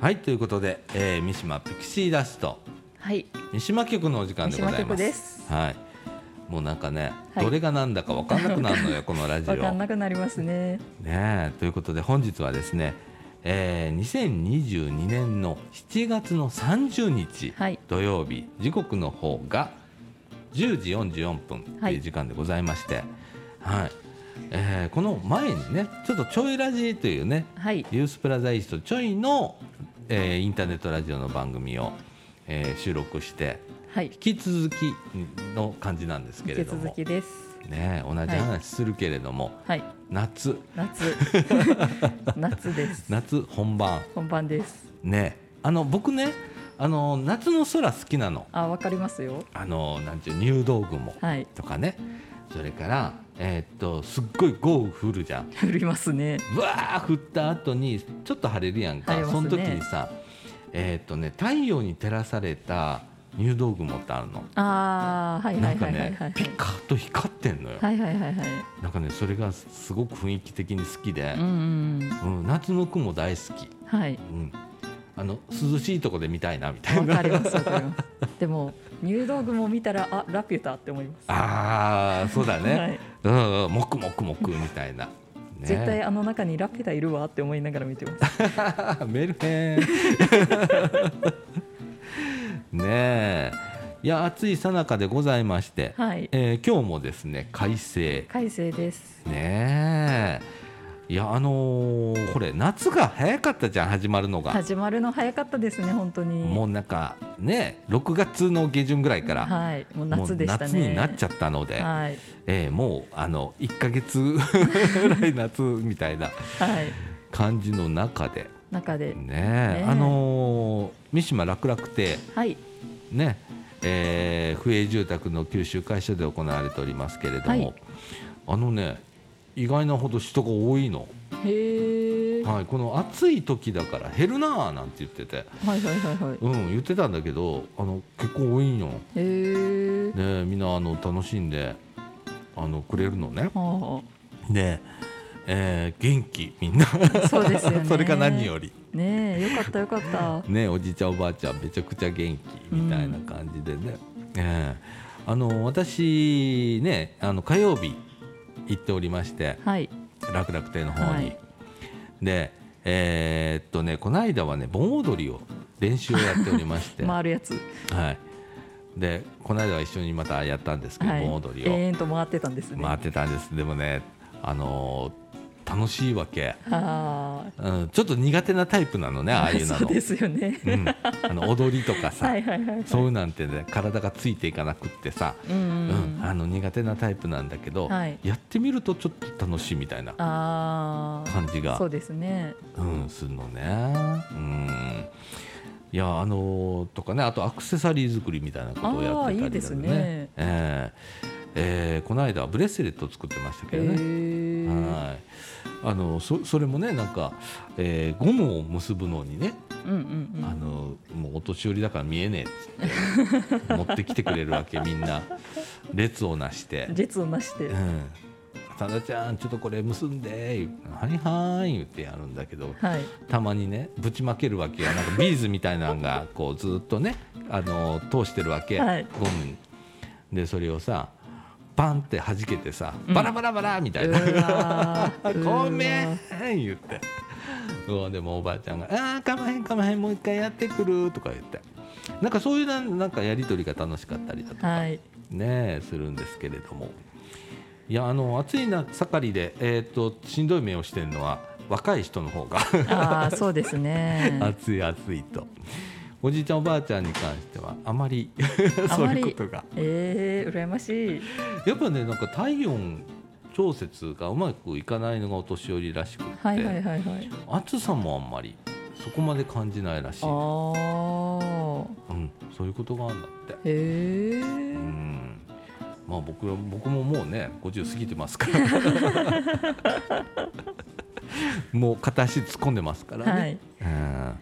はい、ということで、三島ピクシーダスト、 はい、 三島局のお時間でございます。 三島局です。 はい、もうなんかね、 はい、 どれが何だか分かんなくなるのよこのラジオ。 分かんなくなりますね。 ね、ということで本日はですね、2022年の7月の30日、 はい、 土曜日、時刻の方が10時44分という時間でございまして、はい、この前にね、ちょっとちょいラジというね、 はい、 ユースプラザイーストちょいの、インターネットラジオの番組を、収録して、 はい、 引き続きの感じなんですけれども、 引き続きです。 ね、同じ話するけれども、 はい、 夏夏です。 夏本番ね。僕ね、夏の空好きなの。 わかりますよ。 なんていう入道雲とかね、はい、それからすっごい豪雨降るじゃん。 降りますね。 わー降った後にちょっと晴れるやんか、ね、その時にさ、太陽に照らされた入道雲ってあるの。 はいはいはいはい、 なんかね、ピカッと光ってんのよ。 はいはいはいはい。 なんかね、それがすごく雰囲気的に好きで、夏の雲大好き。 はい。 涼しいとこで見たいなみたいな。 わかりますわかります。でも入道雲を見たらラピュタって思います。 そうだね。はい、もくもくもくみたいな。ね、 絶対中にラピュタいるわって思いながら見てます。 メルヘン。ねえ、いや暑い最中でございまして、 はい、 今日もですね快晴ですね。いやこれ夏が早かったじゃん。始まるの早かったですね。本当にもうなんかね、6月の下旬ぐらいから、 はい、もう夏でしたね。 もう夏になっちゃったので、 はい、 もう1ヶ月ぐらい夏みたいな感じの中でね、三島楽々亭、 はい、 ね、府営住宅の九州会所で行われておりますけれども、はい、意外なほど人が多いの。 へー、 はい、この暑い時だから減るなーなんて言ってて、 はいはいはいはい、 言ってたんだけど、結構多いんよ。 へー、 ね、みんな楽しんでくれるのね。で、元気みんな。 そうですよね。 それが何よりね、よかったよかったね、おじいちゃんおばあちゃんめちゃくちゃ元気みたいな感じでね、私ね火曜日行っておりまして、 はい、 楽々亭の方に、はい、でこの間はね盆踊りを練習をやっておりまして回るやつ、 はい、でこの間は一緒にまたやったんですけど、はい、盆踊りを延々と回ってたんですね。 回ってたんです。でもね楽しいわけ。ちょっと苦手なタイプなのね、ああいうの。 そうですよね、 踊りとかさ、 はいはいはいはい、 そういうなんてね体がついていかなくってさ、苦手なタイプなんだけど、はい、やってみるとちょっと楽しいみたいな感じがそうですね、 するのね。いやとかね、あとアクセサリー作りみたいなことをやってたりだとね。 いいですね。 この間はブレスレットを作ってましたけどね。はい、それもねなんか、ゴムを結ぶのにね、もうお年寄りだから見えねえっつって持ってきてくれるわけ。みんな列をなしてただちゃんちょっとこれ結んではいはい言ってやるんだけど、はい、たまにねぶちまけるわけよ。なんかビーズみたいなのがこうずっとね通してるわけ、はい、ゴムに。でそれをさパンって弾けてさ、バラバラバラみたいな、ごめん言って、でもおばあちゃんがかまへんかまへんもう一回やってくるとか言って、なんかそういうなんかやり取りが楽しかったりだとか、はい、ねするんですけれども、いや暑いな盛りで、しんどい目をしてるのは若い人の方がそうですね暑いと。おじいちゃんおばあちゃんに関してはあまりそういうことが羨ましい。 やっぱねなんか体温調節がうまくいかないのがお年寄りらしくって、暑さもあんまりそこまで感じないらしい。そういうことがあるんだって。まあ、僕ももうね50過ぎてますからもう片足突っ込んでますからね、はい、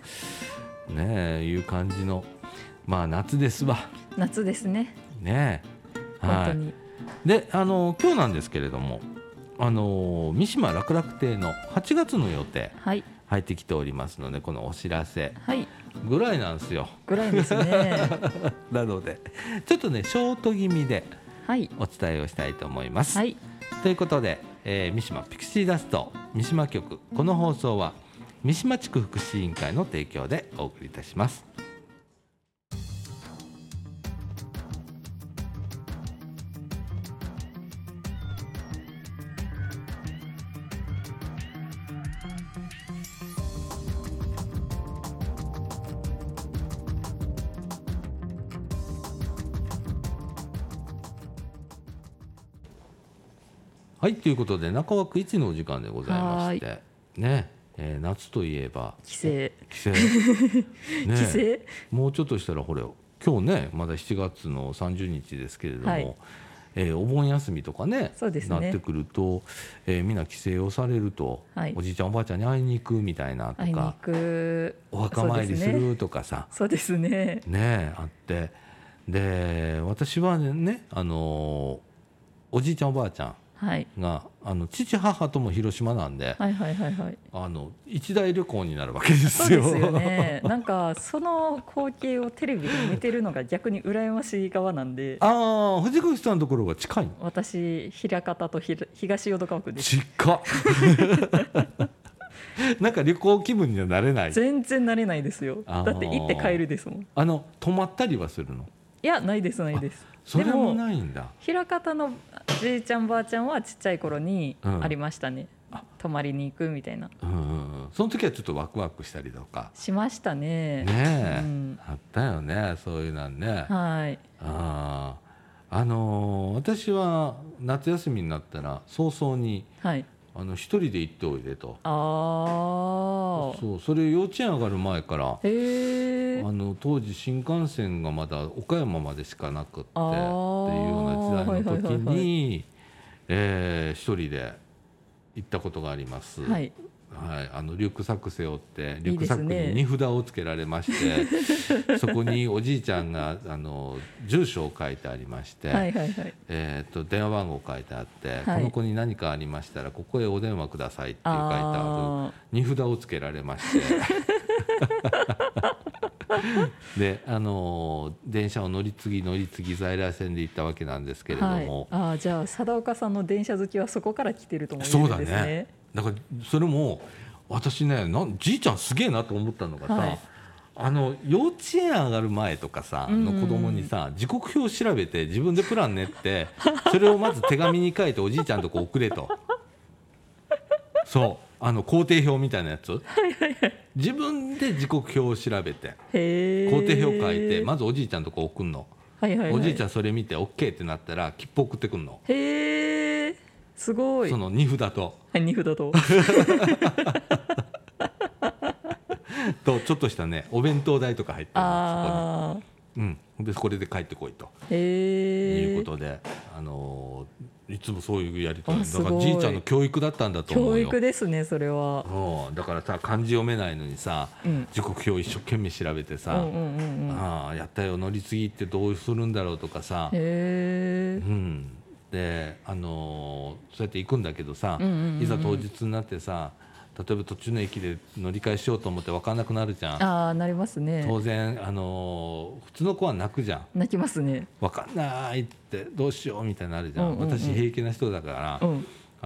ねいう感じの、まあ、夏ですわ。 夏ですね。 ね本当に、はい、 で今日なんですけれども三島楽々亭の8月の予定、 はい入ってきておりますので、このお知らせはいぐらいなんですよ。 ぐらいですねなのでちょっとねショート気味ではいお伝えをしたいと思います、 はいということで、三島ピクシーダスト三島局、この放送は三島地区福祉委員会の提供でお送りいたします。はい、ということで中枠1のお時間でございましてね、夏といえば帰省ね、 帰省もうちょっとしたらこれ今日ねまだ7月の30日ですけれども、はい、お盆休みとか ねなってくると、みんな帰省をされると、はい、おじいちゃんおばあちゃんに会いに行くみたいなとか、お墓参りするとかさ、 そうですね、 あって、で私はね、おじいちゃんおばあちゃんが、父母とも広島なんで、一大旅行になるわけですよ。 そうですよね。なんかその光景をテレビで見てるのが逆に羨ましい側なんで。 ああ、藤越さんのところが近いの？ 私枚方と東淀川区です。 近っなんか旅行気分にはなれない？ 全然なれないですよ。だって行って帰るですもん。 泊まったりはするの？ いや、ないですないです。 それもないんだ。 枚方のじいちゃんばあちゃんはちっちゃい頃にありましたね、泊まりに行くみたいな、 その時はちょっとワクワクしたりとかしましたね。 あったよね、そういうのね。 はい。 私は夏休みになったら早々に、一人で行っておいでと。それ幼稚園上がる前から、当時新幹線がまだ岡山までしかなくってっていうような時代の時に一人で行ったことがあります。リュックサック背負ってリュックサックに荷札をつけられましてそこにおじいちゃんが住所を書いてありまして、電話番号書いてあって、この子に何かありましたらここへお電話くださいって書いてある荷札をつけられましてで電車を乗り継ぎ在来線で行ったわけなんですけれども、 じゃあ佐岡さんの電車好きはそこから来てると思うんですね。 そうだね。だからそれも私ね、じいちゃんすげえなと思ったのがさ、幼稚園上がる前とかさ、の子供にさ時刻表を調べて自分でプラン練ってそれをまず手紙に書いておじいちゃんとこ送れとそう工程表みたいなやつ自分で時刻表を調べて工程表書いてまずおじいちゃんとこ送んの。おじいちゃんそれ見て OK ってなったら切符送ってくんの。 すごい。 その荷札と荷札ととちょっとしたねお弁当代とか入ってるの、そこに、でこれで帰ってこいということで、いつもそういうやり取りだからじいちゃんの教育だったんだと思うよ。 教育ですねそれは。 だからさ漢字読めないのにさ、時刻表一生懸命調べてさ、やったよ乗り継ぎってどうするんだろうとかさ、でそうやって行くんだけどさ、いざ当日になってさ例えば途中の駅で乗り換えしようと思って分かんなくなるじゃん。 なりますね。 当然普通の子は泣くじゃん。 泣きますね。 分かんないってどうしようみたいになるじゃん。私平気な人だから、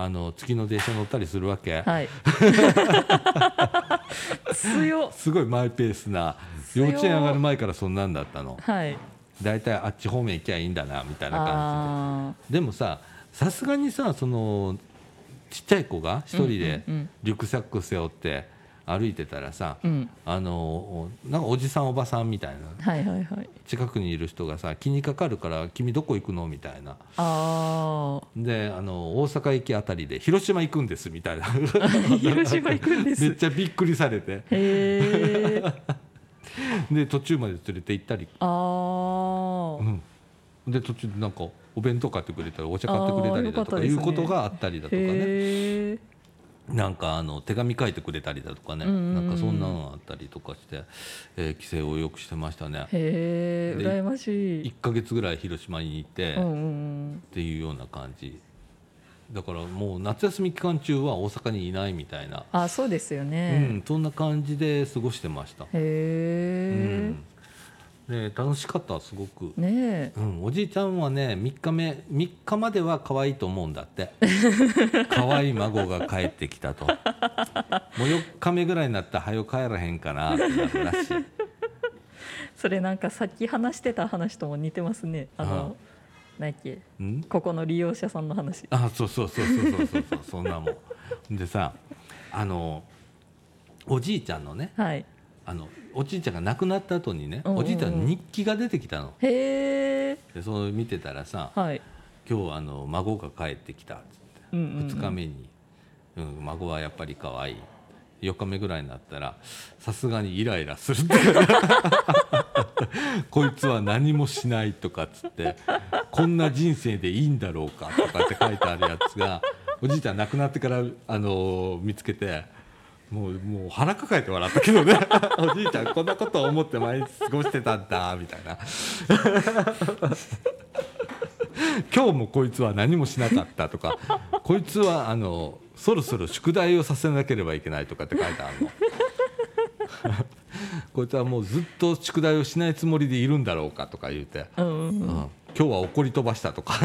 次の電車乗ったりするわけ、 強すごいマイペースな幼稚園上がる前からそんなんだったの。だいたいあっち方面行きゃいいんだなみたいな感じで。でもさすがにさそのちっちゃい子が一人でリュックサック背負って歩いてたらさ、なんかおじさんおばさんみたいな、近くにいる人がさ気にかかるから君どこ行くのみたいな。で大阪駅あたりで広島行くんですみたいな広島行くんですめっちゃびっくりされてで途中まで連れて行ったり、で途中でなんかお弁当買ってくれたりお茶買ってくれたりだとかいうことがあったりだとかね、なんか手紙書いてくれたりだとかね、なんかそんなのがあったりとかして、帰省をよくしてましたね。 羨ましい。 1ヶ月ぐらい広島にいて、っていうような感じだからもう夏休み期間中は大阪にいないみたいな。 あ、そうですよね、 そんな感じで過ごしてました。 へえ、 ね、楽しかったすごく、 ねえ、 おじいちゃんはね3日までは可愛いと思うんだって可愛い孫が帰ってきたともう4日目ぐらいになったら早く帰らへんかなってなるらしい。 それなんかさっき話してた話とも似てますね。何やっけ、ここの利用者さんの話。 そうそんなもんでさ、おじいちゃんのね、 はい、 おじいちゃんが亡くなった後にね、おじいちゃんの日記が出てきたの。 へえ。 でそれ見てたらさ、 はい、 今日孫が帰ってきたっつって、2日目に、孫はやっぱり可愛い、4日目ぐらいになったらさすがにイライラするってこいつは何もしないとかっつって、こんな人生でいいんだろうかとかって書いてあるやつがおじいちゃん亡くなってから見つけて、もう腹抱えて笑ったけどねおじいちゃんこんなことを思って毎日過ごしてたんだみたいな今日もこいつは何もしなかったとかこいつはそろそろ宿題をさせなければいけないとかって書いてあるのこいつはもうずっと宿題をしないつもりでいるんだろうかとか言うて、今日は怒り飛ばしたとか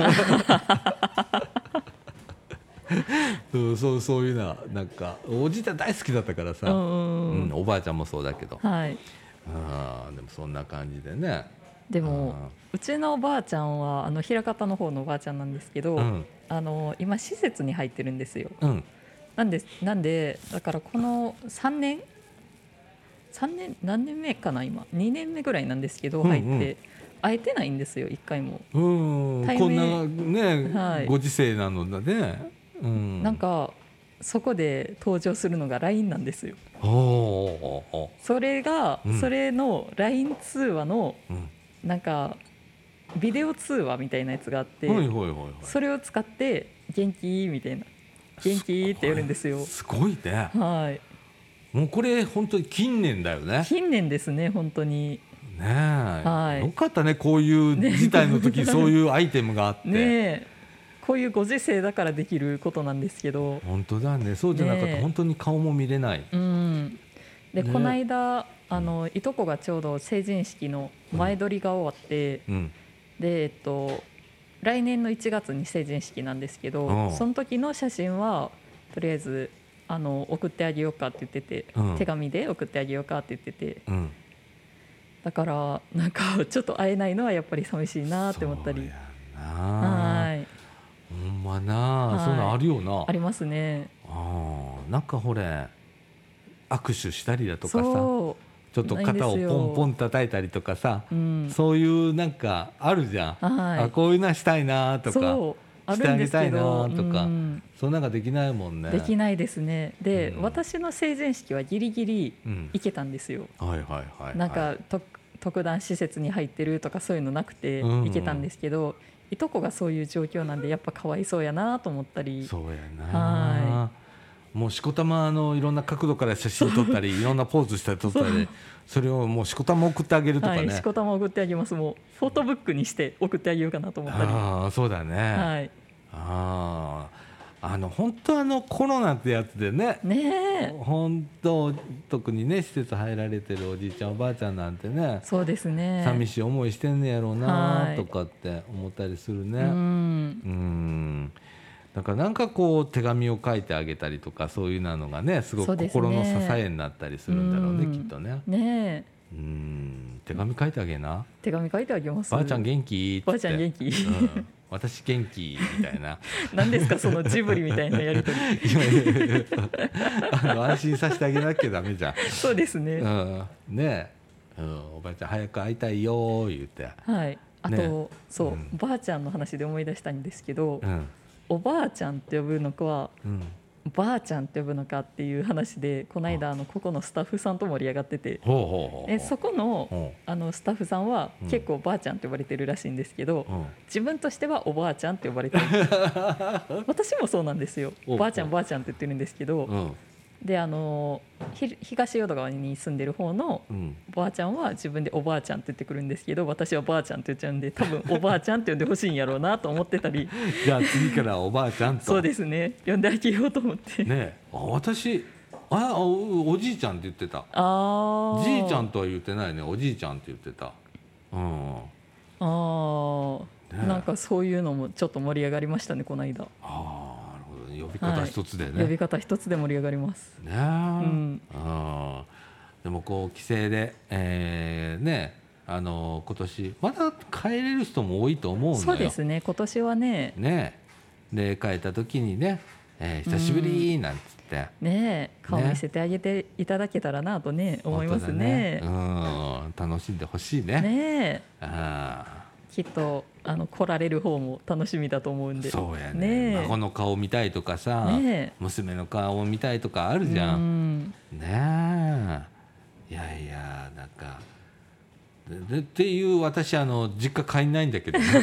そういうのはなんかおじいちゃん大好きだったからさ、おばあちゃんもそうだけど、 はい、 でもそんな感じでね。 でもうちのおばあちゃんは枚方の方のおばあちゃんなんですけど、今施設に入ってるんですよ、なんでだからこの3年何年目かな、今2年目ぐらいなんですけど、入って会えてないんですよ1回も。 こんなね、ご時世なのだね、 なんかそこで登場するのが LINE なんですよ。それの LINE 通話のなんかビデオ通話みたいなやつがあって、それを使って元気みたいな、元気ってやるんですよ。 すごいね。 はい、 もうこれ本当に近年だよね。 近年ですね本当にねえ、よかったね、こういう事態の時にそういうアイテムがあってね、こういうご時世だからできることなんですけど、 本当だね、そうじゃなかったら本当に顔も見れない。 でこの間いとこがちょうど成人式の前撮りが終わって、で来年の1月に成人式なんですけど、その時の写真はとりあえず送ってあげようかって言ってて、手紙で送ってあげようかって言ってて、だからなんかちょっと会えないのはやっぱり寂しいなって思ったり。 はい、ほんまな、そんなあるよな。 ありますね。 なんかほれ握手したりだとかさ、ちょっと肩をポンポン叩いたりとかさ、そういうなんかあるじゃん、こういうのしたいなとかしてあげたいなとか、そんなのができないもんね。 できないですね。で、私の成人式はギリギリ行けたんですよ。なんか特段施設に入ってるとかそういうのなくて行けたんですけど、いとこがそういう状況なんでやっぱかわいそうやなと思ったり。 そうやな、もうしこたまいろんな角度から写真撮ったりいろんなポーズしたり撮ったりそれをもうしこたま送ってあげるとかね。 しこたま送ってあげます。もうフォトブックにして送ってあげようかなと思ったり。 そうだね、本当コロナってやつでね、本当特にね施設入られてるおじいちゃんおばあちゃんなんてね、 そうですね、 寂しい思いしてんねやろうなとかって思ったりするね。だからなんかこう手紙を書いてあげたりとかそういうのがねすごく心の支えになったりするんだろうね、きっとね。手紙書いてあげな。 手紙書いてあげます。 ばあちゃん元気？ ばあちゃん元気？ 私元気みたいな。 何ですかそのジブリみたいなやり取り。 安心させてあげなきゃダメじゃん。 そうですね。 ねえ、おばあちゃん早く会いたいよ言って。 はい。あとそうばあちゃんの話で思い出したんですけど、おばあちゃんって呼ぶのかはばあちゃんって呼ぶのかっていう話でこの間ここのスタッフさんと盛り上がってて、そこのスタッフさんは結構ばあちゃんって呼ばれてるらしいんですけど、自分としてはおばあちゃんって呼ばれてる。私もそうなんですよ。ばあちゃんばあちゃんって言ってるんですけど、 で東淀川に住んでる方のおばあちゃんは自分でおばあちゃんって言ってくるんですけど、私はばあちゃんって言っちゃうんで、多分おばあちゃんって呼んでほしいんやろうなと思ってたりじゃあ次からおばあちゃんとそうですね、呼んであげようと思ってね。私おじいちゃんって言ってた。じいちゃんとは言ってないね、おじいちゃんって言ってた。 なんかそういうのもちょっと盛り上がりましたね、この間。 呼び方一つでね、 呼び方一つで盛り上がりますね。 でもこう帰省で、今年まだ帰れる人も多いと思うんだよ。 そうですね、今年はね。 で帰った時にね、久しぶりなんつってね、顔見せてあげていただけたらなとね思いますね。 楽しんでほしいね。 きっと来られる方も楽しみだと思うんで。 そうやね。孫の顔見たいとかさ、娘の顔見たいとかあるじゃん。いやいや、なんかっていう私実家帰んないんだけどね帰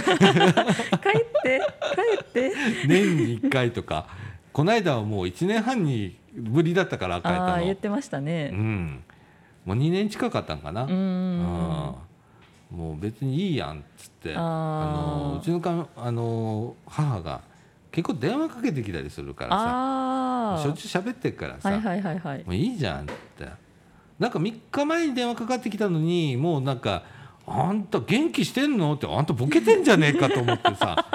って年に1回とか、この間はもう1年半ぶりだったから帰ったの。 言ってましたね。 もう2年近かったんかな。もう別にいいやんっつって、うちの母が結構電話かけてきたりするからさ、しょっちゅう喋ってるからさ、もういいじゃんって。なんか3日前に電話かかってきたのに、もうなんかあんた元気してんのって、あんたボケてんじゃねえかと思ってさ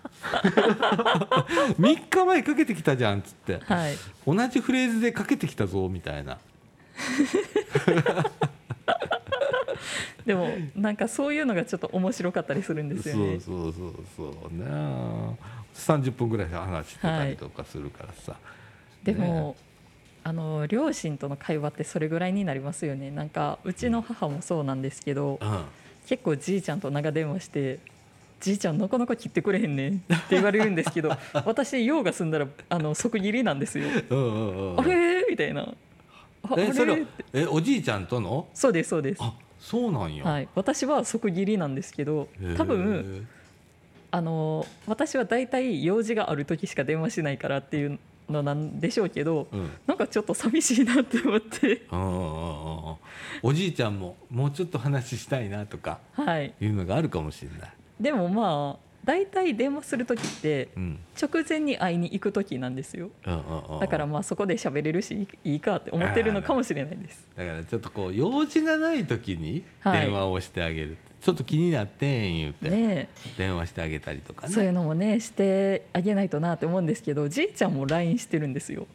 3日前かけてきたじゃんっつって、同じフレーズでかけてきたぞみたいなでもなんかそういうのがちょっと面白かったりするんですよね。 そうね、30分ぐらい話してたりとかするからさ、 でも両親との会話ってそれぐらいになりますよね。なんかうちの母もそうなんですけど、結構じいちゃんと長電話して、じいちゃんなかなか切ってくれへんねんって言われるんですけど私用が済んだら即切りなんですよ。あれみたいな。 それおじいちゃんとの？ そうですそうです。 そうなんや。 私は即切りなんですけど、多分私はだいたい用事がある時しか電話しないからっていうのなんでしょうけど、なんかちょっと寂しいなって思っておじいちゃんももうちょっと話したいなとかいうのがあるかもしれない。 でもまあだいたい電話する時って直前に会いに行く時なんですよ。だからまあそこで喋れるしいいかって思ってるのかもしれないです。 だからちょっとこう用事がない時に電話をしてあげる、ちょっと気になってん言うて電話してあげたりとかね、 そういうのもねしてあげないとなって思うんですけど、じいちゃんも LINE してるんですよ。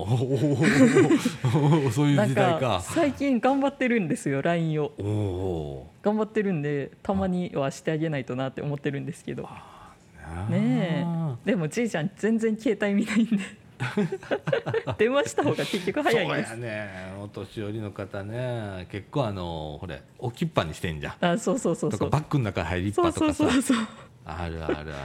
そういう時代か。 なんか最近頑張ってるんですよ LINE を。頑張ってるんでたまにはしてあげないとなって思ってるんですけどね。でもじいちゃん全然携帯見ないんで電話した方が結局早いんです。 そうやね、お年寄りの方ね、結構ほれ置きっぱにしてんじゃん。 そうとかバッグの中入りっぱとかさ、ある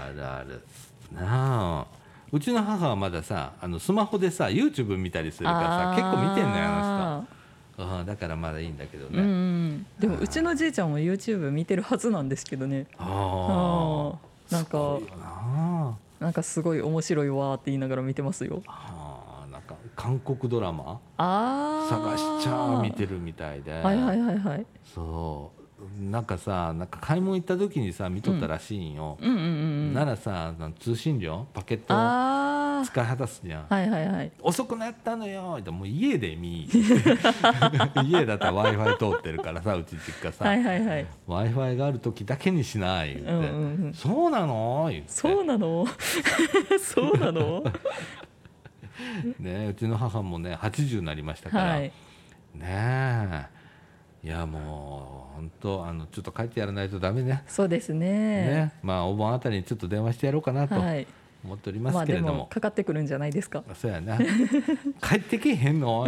なあ。うちの母はまださスマホでさ YouTube 見たりするからさ、結構見てんのよ人。だからまだいいんだけどね。 でもうちのじいちゃんも YouTube 見てるはずなんですけどね。なんかすごい面白いわって言いながら見てますよ。 なんか韓国ドラマ探しちゃ見てるみたいで、そうなんかさ、なんか買い物行った時にさ見とったらしいんよ。ならさ通信料パケット使い果たすじゃん。遅くなったのよ。もう家で見家だったら Wi-Fi 通ってるからさ、うち実家さ Wi-Fi がある時だけにしない言って、そうなの言って、 そうなのそうなのね、うちの母もね80になりましたからね。いやもう本当ちょっと帰ってやらないとダメね。 そうですね。 まあお盆あたりにちょっと電話してやろうかなと思っておりますけれども、 でもかかってくるんじゃないですか。 そうやな帰ってけへんの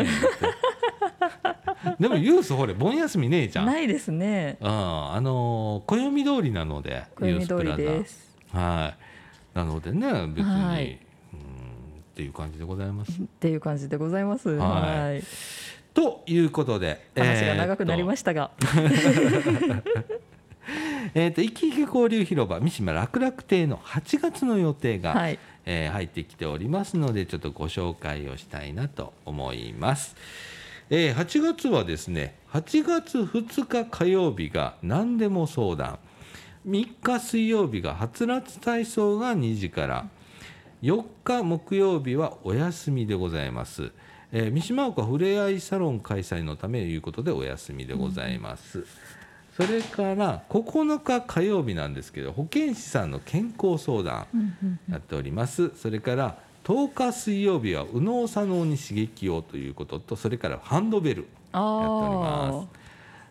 でもユースほれ盆休みねえじゃん。 ないですね。 暦通りなので、 暦通りです。 なのでね別に、っていう感じでございます。 っていう感じでございます。 ということで話が長くなりましたが、 生き生き交流広場三島楽々亭の8月の予定が、はい、入ってきておりますので、ちょっとご紹介をしたいなと思います。8月はですね、8月2日火曜日が何でも相談、3日水曜日がはつらつ体操が2時から、4日木曜日はお休みでございます。三島岡ふれあいサロン開催のためということでお休みでございます。それから9日火曜日なんですけど、保健師さんの健康相談やっております。それから10日水曜日は右脳左脳に刺激をということと、それからハンドベルやっております。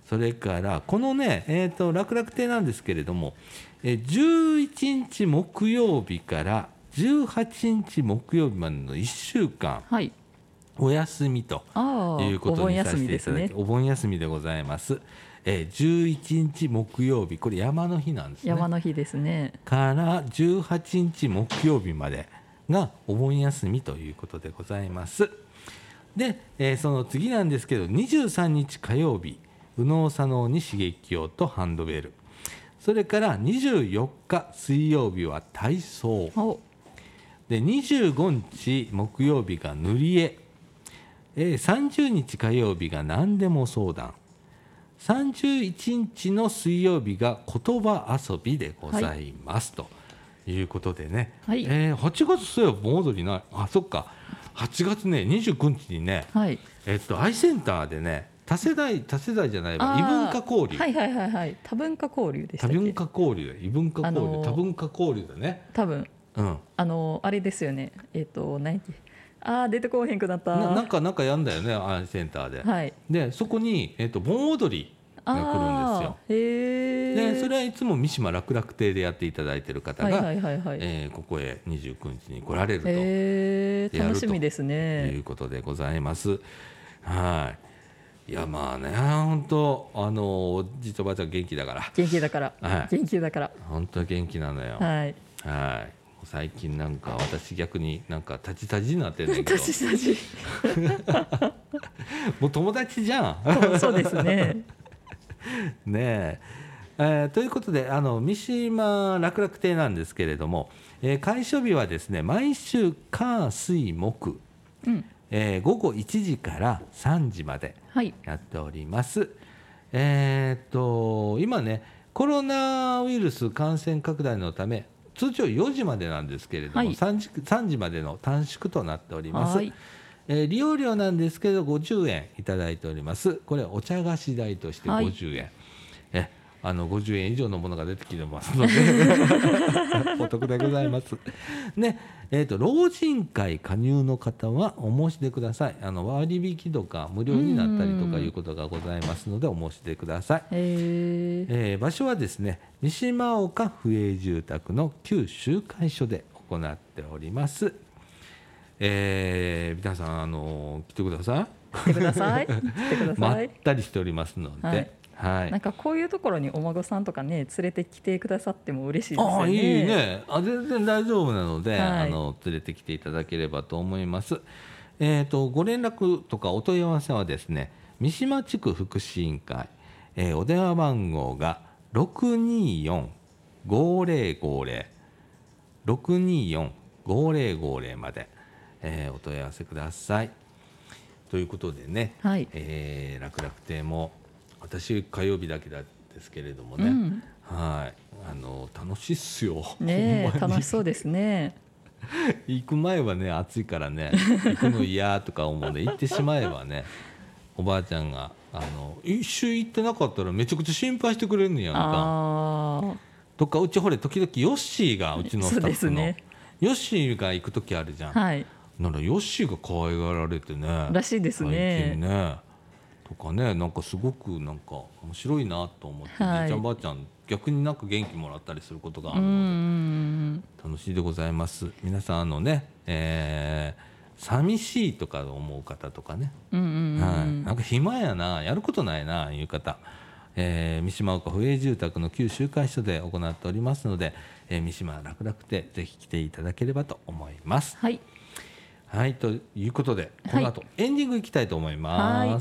それからこのね、楽々亭なんですけれども、11日木曜日から18日木曜日までの1週間、はい、お休みということにさせていただき、お盆休みでございます。11日木曜日、これ山の日なんですね。 山の日ですね。 から18日木曜日までがお盆休みということでございます。で、その次なんですけど、23日火曜日、右脳左脳に刺激をとハンドベル。それから24日水曜日は体操。で、25日木曜日が塗り絵。30日火曜日が何でも相談。31日の水曜日が言葉遊びでございます、はい、ということでね、はい、8月そういえば盆踊りない、あ、そっか、8月ね29日にね、はい、アイセンターでね、多世代じゃないわ、異文化交流、 はいはいはいはい、多文化交流でしたっけ。 多文化交流、異文化交流、多文化交流だね、 多分、うん、あれですよね、何やっけ、出てこうへんくなった。 なんかやんだよね、アイセンターで、はい、でそこに、盆踊りが来るんですよ。でそれはいつも三島楽々亭でやっていただいている方が、ここへ29日に来られると、 楽しみですね、 ということでございます。はい、いやまあね、本当おじいとおばあちゃん元気だから、はい、元気だから本当元気なのよ。はい、はい、最近なんか私逆になんかタジタジになってるんだけどもう友達じゃんそうですねねえ、ということで三島楽々亭なんですけれども、開所日はですね、毎週火水木、うん、午後1時から3時までやっております、はい、今ねコロナウイルス感染拡大のため通常4時までなんですけれども、はい、3時までの短縮となっております。はい、利用料なんですけど50円いただいております。これお茶菓子代として50円、はい、50円以上のものが出てきてますのでお得でございます。で、老人会加入の方はお申し出ください。割引とか無料になったりとかいうことがございますのでお申し出ください。場所はですね、三島岡府営住宅の旧集会所で行っております。皆さん来てください。 来てください。 まったりしておりますので、はいはい、 なんかこういうところにお孫さんとかね連れてきてくださっても嬉しいですよね。 いいね、全然大丈夫なので、はい、連れてきていただければと思います。ご連絡とかお問い合わせはですね、三島地区福祉委員会、お電話番号が 624-5050 624-5050まで、お問い合わせください。ということでね、はい、楽々亭も私火曜日だけですけれどもね、うん、はい、楽しいっすよ、 ね、楽しそうですね行く前はね暑いからね行くの嫌とか思うので行ってしまえばねおばあちゃんが一周行ってなかったらめちゃくちゃ心配してくれるんやんか。とかうちほれ時々ヨッシーがうちのスタッフの、ね、ヨッシーが行く時あるじゃん、はい、ならヨッシーが可愛がられてねらしいですね、 最近ねとかね、なんかすごくなんか面白いなと思って、はい、じいちゃんばあちゃん逆になんか元気もらったりすることがあるので楽しいでございます。皆さんね、寂しいとか思う方とかね、はい、なんか暇やな、やることないないう方、三島岡府営住宅の旧集会所で行っておりますので、三島楽々亭ぜひ来ていただければと思います。はい、はい、ということでこの後、はい、エンディングいきたいと思います。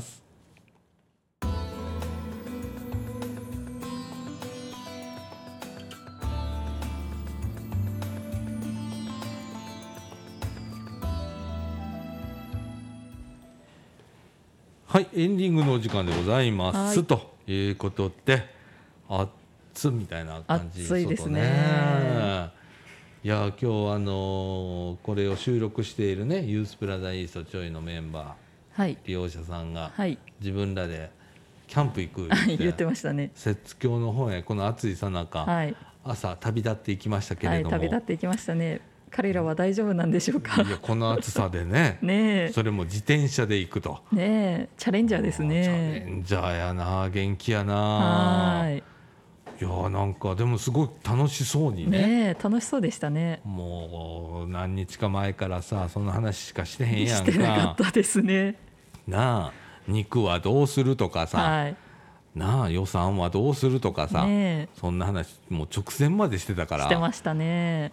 はい、エンディングのお時間でございますということで、暑みたいな感じ。 暑いですね。 いや今日これを収録しているねユースプラザイーストちょいのメンバー、利用者さんが自分らでキャンプ行くって言ってましたね。 摂津峡の方へこの暑いさなか、朝旅立っていきましたけれども、 旅立っていきましたね。彼らは大丈夫なんでしょうか。 いやこの暑さでねね、 それも自転車で行くとね、チャレンジャーですね。 チャレンジャーやな、元気やな。いやなんかでもすごい楽しそうに ね楽しそうでしたね。 もう何日か前からさその話しかしてへんやんか。 してなかったですね。 なあ肉はどうするとかさ、なあ予算はどうするとかさ、そんな話もう直前までしてたから。 してましたね。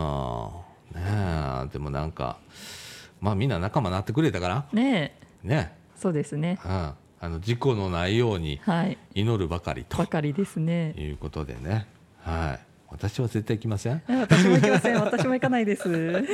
でもなんかまあみんな仲間になってくれたからね。そうですね。 事故のないように祈るばかりと、 ばかりですね。 いうことでね、私は絶対行きません。 私も行きません。私も行かないです。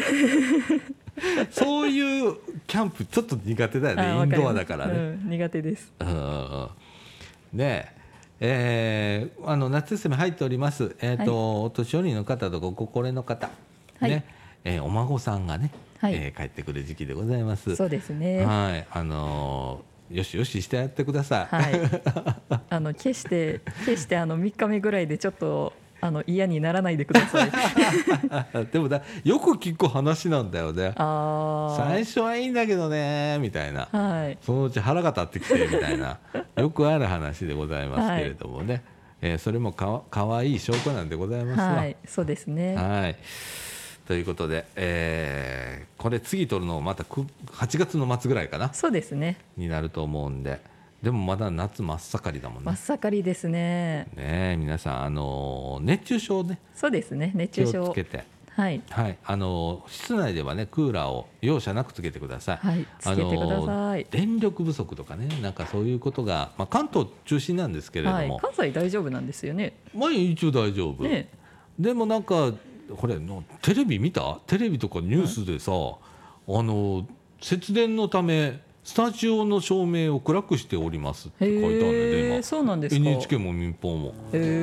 そういうキャンプちょっと苦手だよね。インドアだからね、 苦手です。 ね夏休み入っております。お年寄りの方とご高齢の方、お孫さんがね、帰ってくる時期でございます。 そうですね。 よしよししてやってください。 決して3日目ぐらいでちょっと嫌にならないでください。 でもよく聞く話なんだよね。最初はいいんだけどねみたいな、そのうち腹が立ってきてみたいなよくある話でございますけれどもね、それもかわいい証拠なんでございますわ。 そうですね。 ということで、これ次撮るのまた8月の末ぐらいかな。 そうですね。 になると思うんで、でもまだ夏真っ盛りだもんね。 真っ盛りですね。 皆さん熱中症ね。 そうですね。熱中症気をつけて。室内ではねクーラーを容赦なくつけてください。 つけてください。 電力不足とかね、なんかそういうことが、関東中心なんですけれども、 関西大丈夫なんですよね。 一応大丈夫。でもなんかこれのテレビ見た？テレビとかニュースでさ、節電のためスタジオの照明を暗くしておりますって書いてあるんでね、今。 そうなんですか。 NHK も民放も。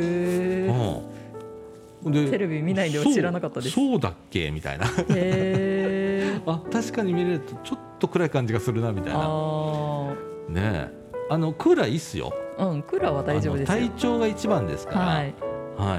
テレビ見ないでは知らなかったです。 そうだっけみたいな。確かに見れるとちょっと暗い感じがするなみたいな。ねえ、クーラーいいっすよ。 クーラーは大丈夫ですよ。 体調が一番ですから。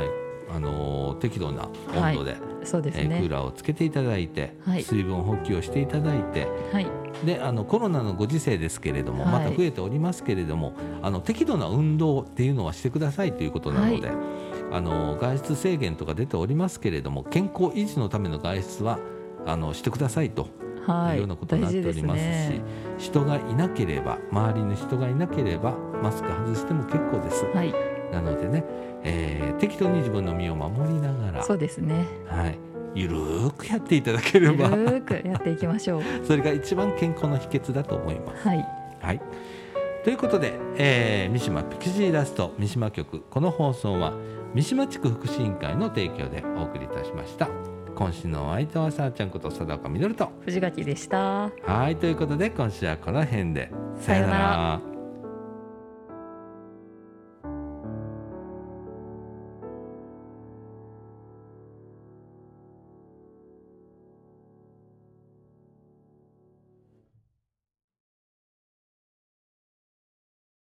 適度な温度で、 そうですね、 クーラーをつけていただいて、水分補給をしていただいて、でコロナのご時世ですけれども、また増えておりますけれども、適度な運動っていうのはしてくださいということなので、外出制限とか出ておりますけれども、健康維持のための外出はしてくださいというようなことになっておりますし、人がいなければ、周りに人がいなければマスク外しても結構です。なのでね、適度に自分の身を守りながら、 そうですね、 ゆるーくやっていただければ、 ゆるーくやっていきましょう。 それが一番健康の秘訣だと思います。ということで、三島ピクシーラスト三島局、この放送は三島地区福祉委員会の提供でお送りいたしました。今週のお相手はさあちゃんこと佐岡みどると藤垣でした。 ということで今週はこの辺で、 さようなら。